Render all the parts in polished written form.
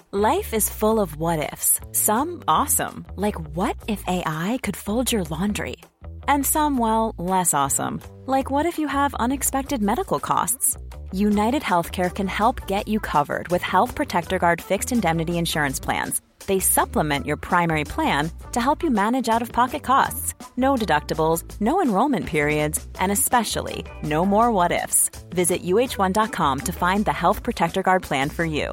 Life is full of what-ifs. Some awesome, like what if AI could fold your laundry? And some, well, less awesome, like what if you have unexpected medical costs? United Healthcare can help get you covered with Health Protector Guard fixed indemnity insurance plans. They supplement your primary plan to help you manage out-of-pocket costs. No deductibles, no enrollment periods, and especially no more what-ifs. Visit uh1.com to find the Health Protector Guard plan for you.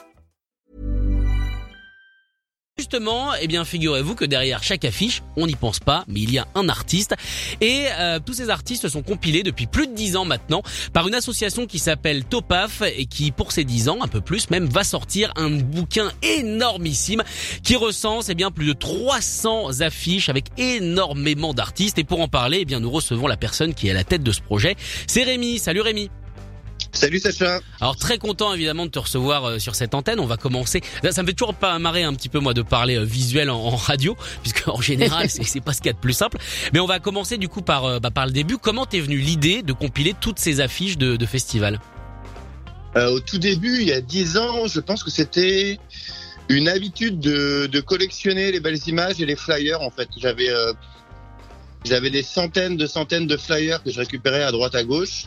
Justement, eh bien, figurez-vous que derrière chaque affiche, on n'y pense pas, mais il y a un artiste. Et tous ces artistes sont compilés depuis plus de 10 ans maintenant par une association qui s'appelle Topaf et qui, pour ses 10 ans, un peu plus même, va sortir un bouquin énormissime qui recense plus de 300 affiches avec énormément d'artistes. Et pour en parler, nous recevons la personne qui est à la tête de ce projet. C'est Rémi. Salut Rémi. Salut Sacha. Alors très content évidemment de te recevoir sur cette antenne. On va commencer. Ça me fait toujours pas marrer un petit peu moi de parler visuel en radio, puisque en général c'est pas ce qu'il y a de plus simple. Mais on va commencer du coup par le début. Comment t'es venue l'idée de compiler toutes ces affiches de festival? Au tout début, il y a 10 ans, je pense que c'était une habitude de collectionner les belles images et les flyers. En fait, j'avais des centaines de flyers que je récupérais à droite à gauche.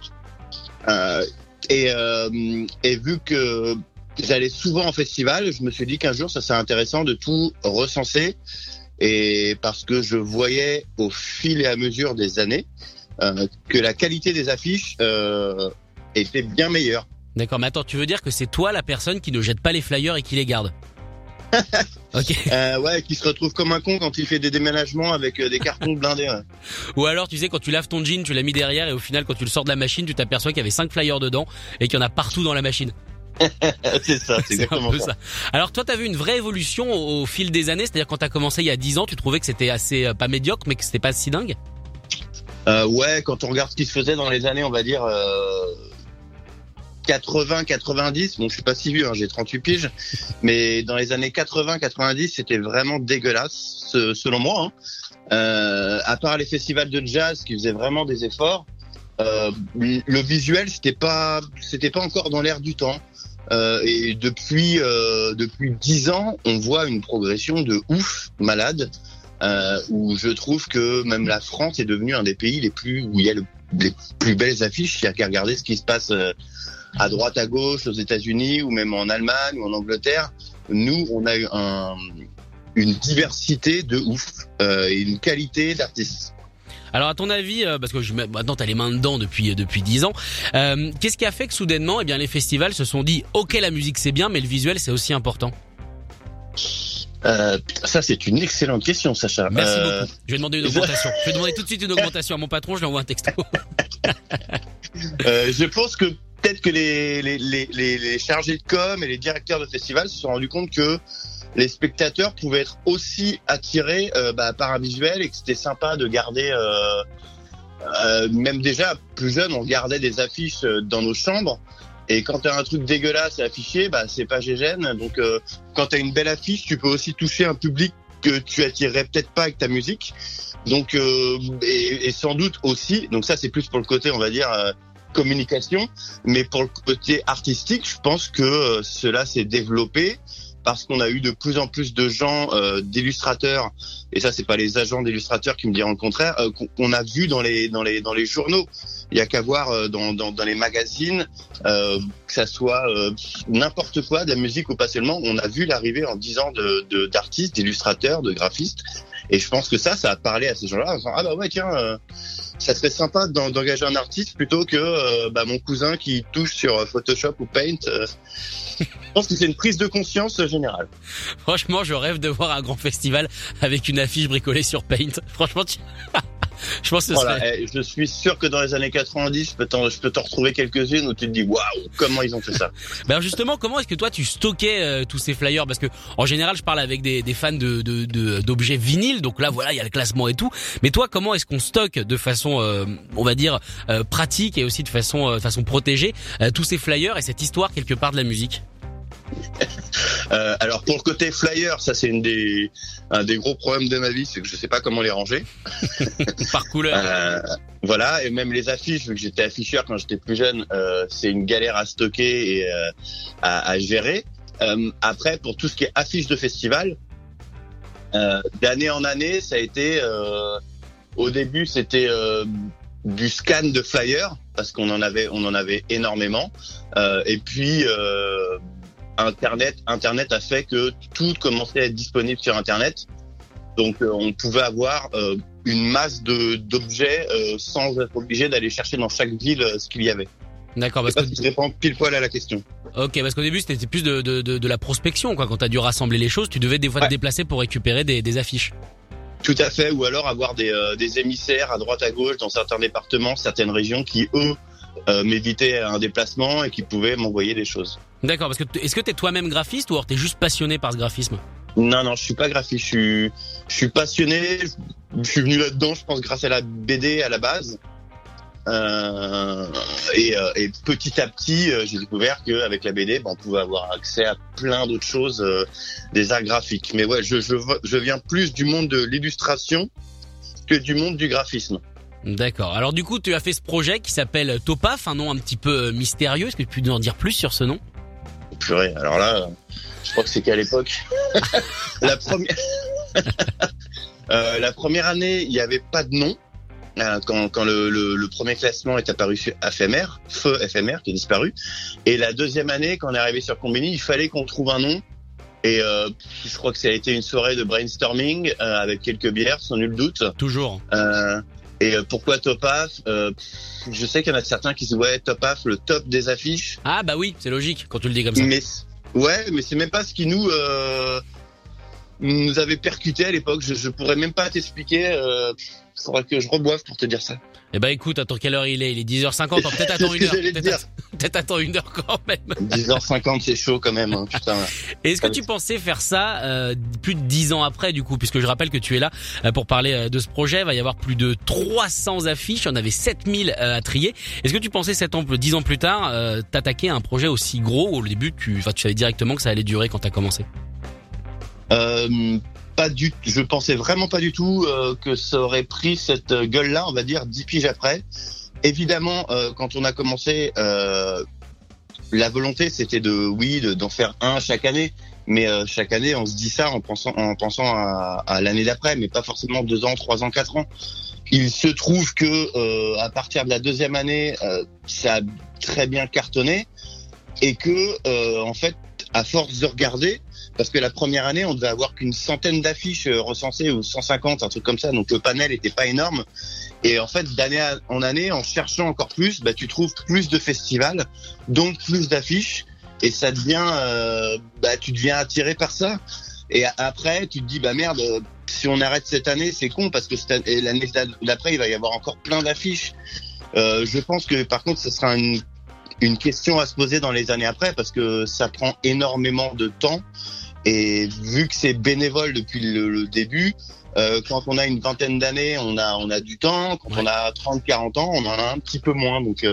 Et vu que j'allais souvent en festival, je me suis dit qu'un jour ça serait intéressant de tout recenser, et parce que je voyais au fil et à mesure des années que la qualité des affiches était bien meilleure. D'accord, mais attends, tu veux dire que c'est toi la personne qui ne jette pas les flyers et qui les garde? Ok. Ouais, qui se retrouve comme un con quand il fait des déménagements avec des cartons blindés. Ouais. Ou alors, tu sais, quand tu laves ton jean, tu l'as mis derrière et au final, quand tu le sors de la machine, tu t'aperçois qu'il y avait 5 flyers dedans et qu'il y en a partout dans la machine. C'est ça, c'est exactement ça. Alors toi, t'as vu une vraie évolution au fil des années, c'est-à-dire quand t'as commencé il y a 10 ans, tu trouvais que c'était assez, pas médiocre, mais que c'était pas si dingue? Ouais, quand on regarde ce qui se faisait dans les années, on va dire 80-90, bon je suis pas si vieux, j'ai 38 piges, mais dans les années 80-90 c'était vraiment dégueulasse selon moi. À part les festivals de jazz qui faisaient vraiment des efforts, le visuel c'était pas encore dans l'air du temps. Et depuis 10 ans, on voit une progression de ouf, malade, où je trouve que même la France est devenue un des pays où il y a les plus belles affiches. Il y a qu'à regarder ce qui se passe à droite, à gauche, aux États-Unis, ou même en Allemagne ou en Angleterre. Nous, on a eu une diversité de ouf et une qualité d'artistes. Alors à ton avis, parce que maintenant t'as les mains dedans depuis 10 ans, qu'est-ce qui a fait que soudainement, les festivals se sont dit, ok, la musique c'est bien, mais le visuel c'est aussi important? Ça c'est une excellente question, Sacha. Merci beaucoup. Je vais demander une augmentation. Je vais demander tout de suite une augmentation à mon patron. Je lui envoie un texto. Je pense que peut-être que les chargés de com et les directeurs de festivals se sont rendus compte que les spectateurs pouvaient être aussi attirés par un visuel, et que c'était sympa de garder. Même déjà plus jeune, on regardait des affiches dans nos chambres. Et quand t'as un truc dégueulasse à afficher, c'est pas gégène. Donc quand t'as une belle affiche, tu peux aussi toucher un public que tu attirerais peut-être pas avec ta musique. Donc et sans doute aussi. Donc ça c'est plus pour le côté, on va dire, communication. Mais pour le côté artistique, je pense que cela s'est développé parce qu'on a eu de plus en plus de gens, d'illustrateurs. Et ça c'est pas les agents d'illustrateurs qui me diront le contraire. Qu'on a vu dans les journaux. Il y a qu'à voir dans les magazines, que ça soit n'importe quoi, de la musique ou pas seulement. On a vu l'arrivée en 10 ans d'artistes, d'illustrateurs, de graphistes. Et je pense que ça a parlé à ces gens-là. Enfin, ah bah ouais, tiens, ça serait sympa d'engager un artiste plutôt que mon cousin qui touche sur Photoshop ou Paint. Je pense que c'est une prise de conscience générale. Franchement, je rêve de voir un grand festival avec une affiche bricolée sur Paint. Franchement, je pense que je suis sûr que dans les années 90, je peux t'en retrouver quelques-unes où tu te dis waouh, comment ils ont fait ça. Alors justement, comment est-ce que toi tu stockais tous ces flyers? Parce que en général, je parle avec des fans d'objets vinyles, donc là voilà, il y a le classement et tout. Mais toi, comment est-ce qu'on stocke de façon, on va dire, pratique et aussi de façon protégée tous ces flyers et cette histoire quelque part de la musique? Alors pour le côté flyer, ça c'est un des gros problèmes de ma vie, c'est que je sais pas comment les ranger. Par couleur. Voilà, et même les affiches, vu que j'étais afficheur quand j'étais plus jeune, c'est une galère à stocker et à gérer. Après, pour tout ce qui est affiches de festival, d'année en année, ça a été... au début, c'était du scan de flyers, parce qu'on en avait énormément. Et puis, Internet a fait que tout commençait à être disponible sur Internet. Donc, on pouvait avoir une masse d'objets sans être obligé d'aller chercher dans chaque ville ce qu'il y avait. D'accord, parce que je réponds pile poil à la question. Ok, parce qu'au début c'était plus de la prospection, quoi. Quand t'as dû rassembler les choses, tu devais des fois te déplacer pour récupérer des affiches. Tout à fait, ou alors avoir des émissaires à droite à gauche dans certains départements, certaines régions qui eux m'évitaient un déplacement et qui pouvaient m'envoyer des choses. D'accord, parce que est-ce que t'es toi-même graphiste ou alors t'es juste passionné par ce graphisme? Non, je suis pas graphiste, je suis passionné. Je suis venu là-dedans, je pense, grâce à la BD à la base. Et petit à petit, j'ai découvert qu'avec la BD, on pouvait avoir accès à plein d'autres choses, des arts graphiques. Mais ouais, je viens plus du monde de l'illustration que du monde du graphisme. D'accord. Alors du coup, tu as fait ce projet qui s'appelle Topaf, un nom un petit peu mystérieux. Est-ce que tu peux nous en dire plus sur ce nom? Purée, alors là, je crois que c'est qu'à l'époque. La première année, il n'y avait pas de nom. Quand le premier classement est apparu sur Feu FMR qui est disparu, et la deuxième année quand on est arrivé sur Combini, il fallait qu'on trouve un nom, et je crois que ça a été une soirée de brainstorming avec quelques bières sans nul doute. Toujours. Et pourquoi Topaf? Je sais qu'il y en a certains qui disent ouais, Topaf, le top des affiches. Ah bah oui, c'est logique quand tu le dis comme ça. Mais c'est même pas ce qui nous avait percuté à l'époque. Je pourrais même pas t'expliquer. Faudrait que je reboive pour te dire ça. Eh ben écoute, attends, quelle heure il est? Il est 10h50, peut-être attends une heure. Peut-être attends une heure quand même. 10h50, c'est chaud quand même, hein, putain. Est-ce que tu pensais faire ça plus de 10 ans après du coup, puisque je rappelle que tu es là pour parler de ce projet, il va y avoir plus de 300 affiches, il y en avait 7000 à trier. Est-ce que tu pensais 10 ans plus tard t'attaquer à un projet aussi gros où au début tu savais directement que ça allait durer quand t'as commencé? Je pensais vraiment pas du tout que ça aurait pris cette gueule-là, on va dire 10 piges après. Évidemment, quand on a commencé, la volonté c'était d'en faire un chaque année, mais chaque année on se dit ça en pensant à l'année d'après, mais pas forcément 2 ans, 3 ans, 4 ans. Il se trouve que à partir de la deuxième année, ça a très bien cartonné, et que en fait, à force de regarder, parce que la première année, on devait avoir qu'une centaine d'affiches recensées, ou 150, un truc comme ça, donc le panel était pas énorme. Et en fait, d'année en année, en cherchant encore plus, tu trouves plus de festivals, donc plus d'affiches, et ça devient, tu deviens attiré par ça. Et après, tu te dis, merde, si on arrête cette année, c'est con, parce que l'année d'après, il va y avoir encore plein d'affiches. Je pense que par contre, ce sera une question à se poser dans les années après, parce que ça prend énormément de temps. Et vu que c'est bénévole depuis le début, quand on a une vingtaine d'années, on a du temps. Quand on a 30-40 ans, on en a un petit peu moins. Donc,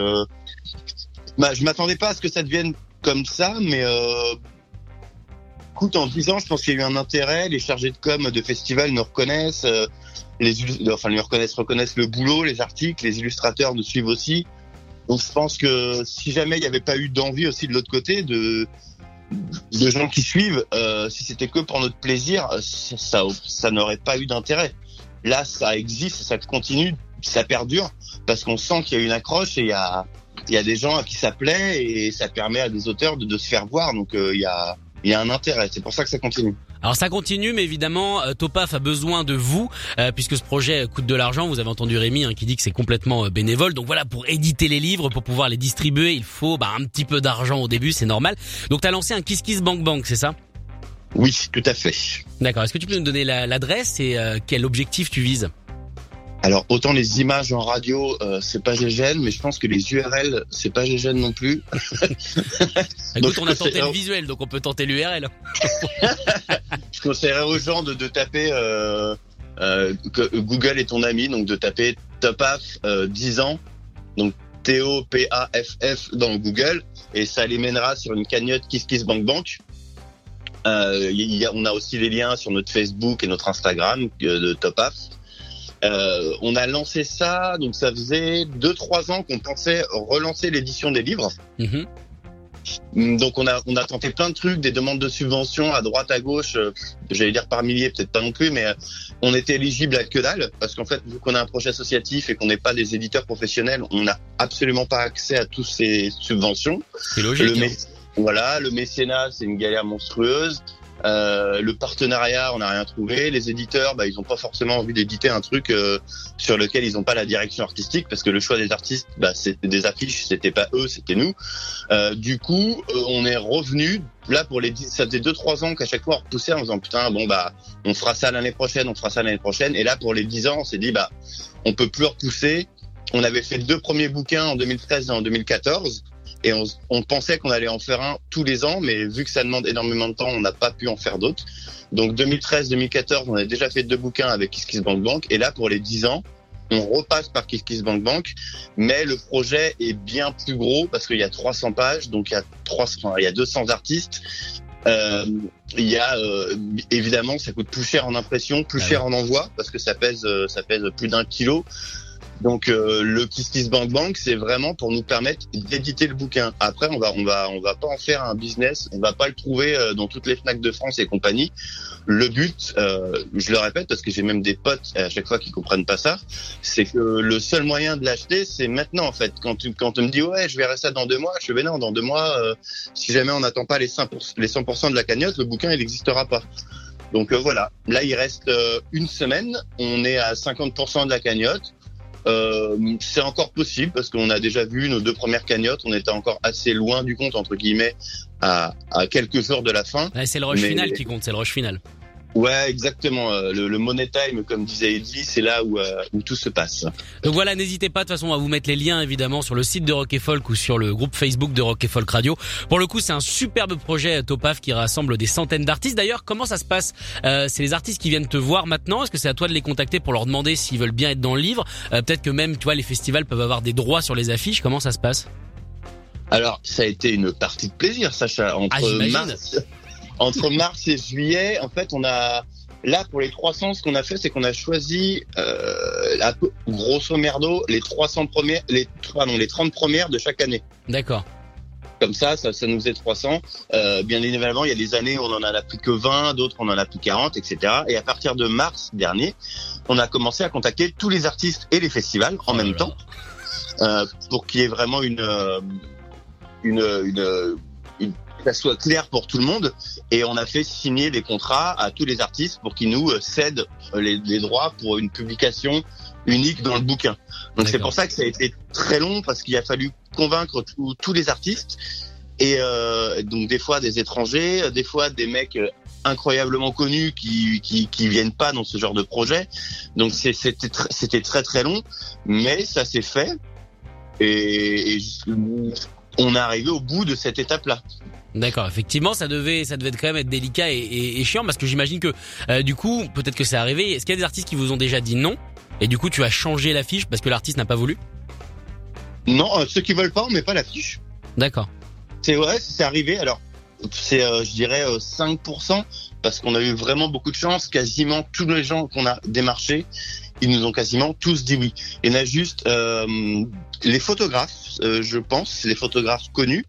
je m'attendais pas à ce que ça devienne comme ça, mais écoute, en 10 ans, je pense qu'il y a eu un intérêt. Les chargés de com de festival nous reconnaissent, reconnaissent le boulot, les articles, les illustrateurs nous suivent aussi. Donc, je pense que si jamais il n'y avait pas eu d'envie aussi de l'autre côté, de gens qui suivent, si c'était que pour notre plaisir, ça n'aurait pas eu d'intérêt. Là, ça existe, ça continue, ça perdure, parce qu'on sent qu'il y a une accroche, et il y a des gens à qui ça plaît, et ça permet à des auteurs de se faire voir. Donc il y a un intérêt, c'est pour ça que ça continue. Alors ça continue, mais évidemment, Topaf a besoin de vous, puisque ce projet coûte de l'argent. Vous avez entendu Rémi qui dit que c'est complètement bénévole. Donc voilà, pour éditer les livres, pour pouvoir les distribuer, il faut un petit peu d'argent au début, c'est normal. Donc t'as lancé un KissKissBankBank, c'est ça? Oui, tout à fait. D'accord, est-ce que tu peux nous donner l'adresse et quel objectif tu vises? Alors, autant les images en radio, c'est pas GGN, mais je pense que les URL, c'est pas GGN non plus. Écoute, on a tenté le visuel, donc on peut tenter l'URL. Je conseillerais aux gens de taper Google est ton ami, donc de taper Topaf 10 ans, donc TOPAFF dans Google, et ça les mènera sur une cagnotte KissKissBankBank. On a aussi les liens sur notre Facebook et notre Instagram de Topaf. On a lancé ça, donc ça faisait 2-3 ans qu'on pensait relancer l'édition des livres. Donc on a tenté plein de trucs, des demandes de subventions à droite, à gauche, j'allais dire par milliers, peut-être pas non plus, mais on était éligible à que dalle, parce qu'en fait, vu qu'on a un projet associatif et qu'on n'est pas des éditeurs professionnels, on n'a absolument pas accès à toutes ces subventions. C'est logique. Voilà, le mécénat, c'est une galère monstrueuse. Le partenariat, on n'a rien trouvé. Les éditeurs, ils n'ont pas forcément envie d'éditer un truc sur lequel ils n'ont pas la direction artistique, parce que le choix des artistes, c'était des affiches, c'était pas eux, c'était nous. Du coup, on est revenu là ça faisait 2-3 ans qu'à chaque fois on repoussait en disant putain on fera ça l'année prochaine, Et là pour les 10 ans, on s'est dit on peut plus repousser. On avait fait 2 premiers bouquins en 2013 et en 2014. Et on pensait qu'on allait en faire un tous les ans, mais vu que ça demande énormément de temps, on n'a pas pu en faire d'autres. Donc 2013-2014, on a déjà fait 2 bouquins avec KissKissBankBank. Et là, pour les 10 ans, on repasse par KissKissBankBank. Mais le projet est bien plus gros parce qu'il y a 300 pages, donc il y a 200 artistes. Évidemment, ça coûte plus cher en impression, plus cher en envoi, parce que ça pèse plus d'1 kilo. Donc le KissKissBankBank, c'est vraiment pour nous permettre d'éditer le bouquin. Après, on va pas en faire un business, on va pas le trouver dans toutes les Fnac de France et compagnie. Le but, je le répète parce que j'ai même des potes à chaque fois qui comprennent pas ça, c'est que le seul moyen de l'acheter, c'est maintenant en fait. Quand on me dit ouais, je verrai ça dans 2 mois, je fais non, dans 2 mois, si jamais on n'attend pas les 100% de la cagnotte, le bouquin il n'existera pas. Donc voilà, là il reste une semaine, on est à 50% de la cagnotte. C'est encore possible parce qu'on a déjà vu nos 2 premières cagnottes, on était encore assez loin du compte entre guillemets à quelques jours de la fin. Ouais, c'est le rush final qui compte, c'est le rush final. Ouais, exactement. Le money time, comme disait Eddy, c'est là où tout se passe. Donc voilà, n'hésitez pas de toute façon à vous mettre les liens évidemment sur le site de Rock & Folk ou sur le groupe Facebook de Rock & Folk Radio. Pour le coup, c'est un superbe projet Topaf qui rassemble des centaines d'artistes. D'ailleurs, comment ça se passe ? C'est les artistes qui viennent te voir maintenant ? Est-ce que c'est à toi de les contacter pour leur demander s'ils veulent bien être dans le livre ? Peut-être que même, tu vois, les festivals peuvent avoir des droits sur les affiches. Comment ça se passe ? Alors, ça a été une partie de plaisir, Sacha. Entre mars et juillet, en fait, là, pour les 300, ce qu'on a fait, c'est qu'on a choisi, grosso merdo, les 30 premières de chaque année. D'accord. Comme ça nous faisait 300. Bien évidemment, il y a des années où on en a pris que 20, d'autres on en a pris 40, etc. Et à partir de mars dernier, on a commencé à contacter tous les artistes et les festivals en même temps, pour qu'il y ait vraiment que ça soit clair pour tout le monde, et on a fait signer des contrats à tous les artistes pour qu'ils nous cèdent les droits pour une publication unique dans le bouquin. Donc D'accord. C'est pour ça que ça a été très long, parce qu'il a fallu convaincre tous les artistes, et donc des fois des étrangers, des fois des mecs incroyablement connus qui viennent pas dans ce genre de projet. Donc c'était très très long, mais ça s'est fait, et on est arrivé au bout de cette étape-là. D'accord, effectivement, ça devait quand même être délicat et chiant, parce que j'imagine que du coup, peut-être que c'est arrivé. Est-ce qu'il y a des artistes qui vous ont déjà dit non, et du coup tu as changé l'affiche parce que l'artiste n'a pas voulu ? Non, ceux qui veulent pas, on met pas l'affiche. D'accord. C'est arrivé. Alors c'est je dirais 5%, parce qu'on a eu vraiment beaucoup de chance. Quasiment tous les gens qu'on a démarchés, ils nous ont quasiment tous dit oui. Il y en a juste les photographes, je pense, c'est les photographes connus.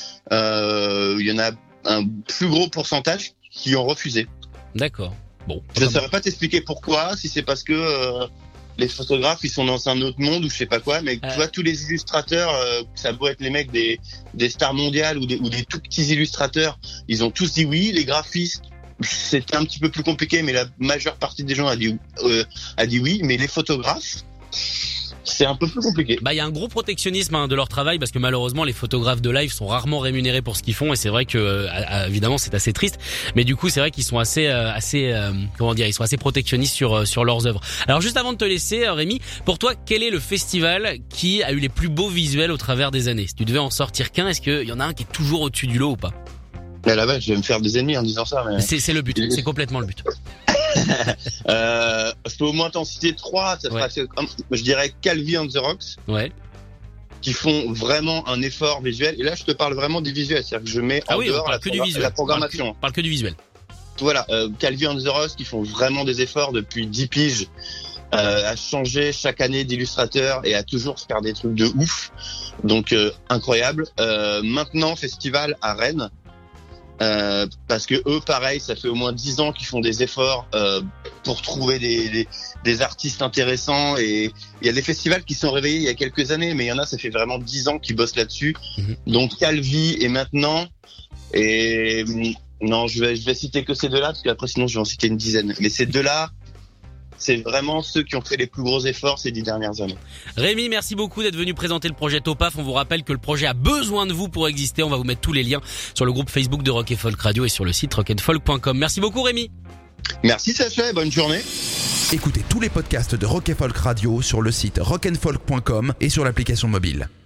Il y en a un plus gros pourcentage qui ont refusé. D'accord. Bon. Je ne saurais pas t'expliquer pourquoi, si c'est parce que les photographes ils sont dans un autre monde ou je sais pas quoi, mais tu vois, tous les illustrateurs, ça doit être les mecs des stars mondiales ou des tout petits illustrateurs, ils ont tous dit oui. Les graphistes, c'était un petit peu plus compliqué, mais la majeure partie des gens a dit oui. Mais les photographes, c'est un peu plus compliqué. Il y a un gros protectionnisme de leur travail, parce que malheureusement les photographes de live sont rarement rémunérés pour ce qu'ils font, et c'est vrai que évidemment c'est assez triste, mais du coup c'est vrai qu'ils sont assez ils sont assez protectionnistes sur leurs œuvres. Alors juste avant de te laisser, Rémi, pour toi, quel est le festival qui a eu les plus beaux visuels au travers des années ? Si tu devais en sortir qu'un, est-ce qu'il y en a un qui est toujours au-dessus du lot ou pas ? À la base, je vais me faire des ennemis en disant ça, mais c'est le but, c'est complètement le but. Je peux au moins t'en citer 3. Ça sera, je dirais Calvi and the Rocks. Ouais. Qui font vraiment un effort visuel. Et là, je te parle vraiment des visuels. C'est-à-dire que je mets en dehors la programmation. On parle que du visuel. Voilà. Calvi and the Rocks qui font vraiment des efforts depuis 10 piges. à changer chaque année d'illustrateur et à toujours faire des trucs de ouf. Donc incroyable. Maintenant festival à Rennes. Parce que eux, pareil, ça fait au moins 10 ans qu'ils font des efforts pour trouver des artistes intéressants. Et il y a des festivals qui sont réveillés il y a quelques années, mais il y en a, ça fait vraiment 10 ans qu'ils bossent là-dessus. Donc Calvi et maintenant. Et non, je vais citer que ces deux-là, parce qu'après sinon je vais en citer une dizaine. Mais ces deux-là, c'est vraiment ceux qui ont fait les plus gros efforts ces 10 dernières années. Rémi, merci beaucoup d'être venu présenter le projet Topaf. On vous rappelle que le projet a besoin de vous pour exister. On va vous mettre tous les liens sur le groupe Facebook de Rock & Folk Radio et sur le site rockandfolk.com. Merci beaucoup Rémi. Merci Sacha et bonne journée. Écoutez tous les podcasts de Rock & Folk Radio sur le site rockandfolk.com et sur l'application mobile.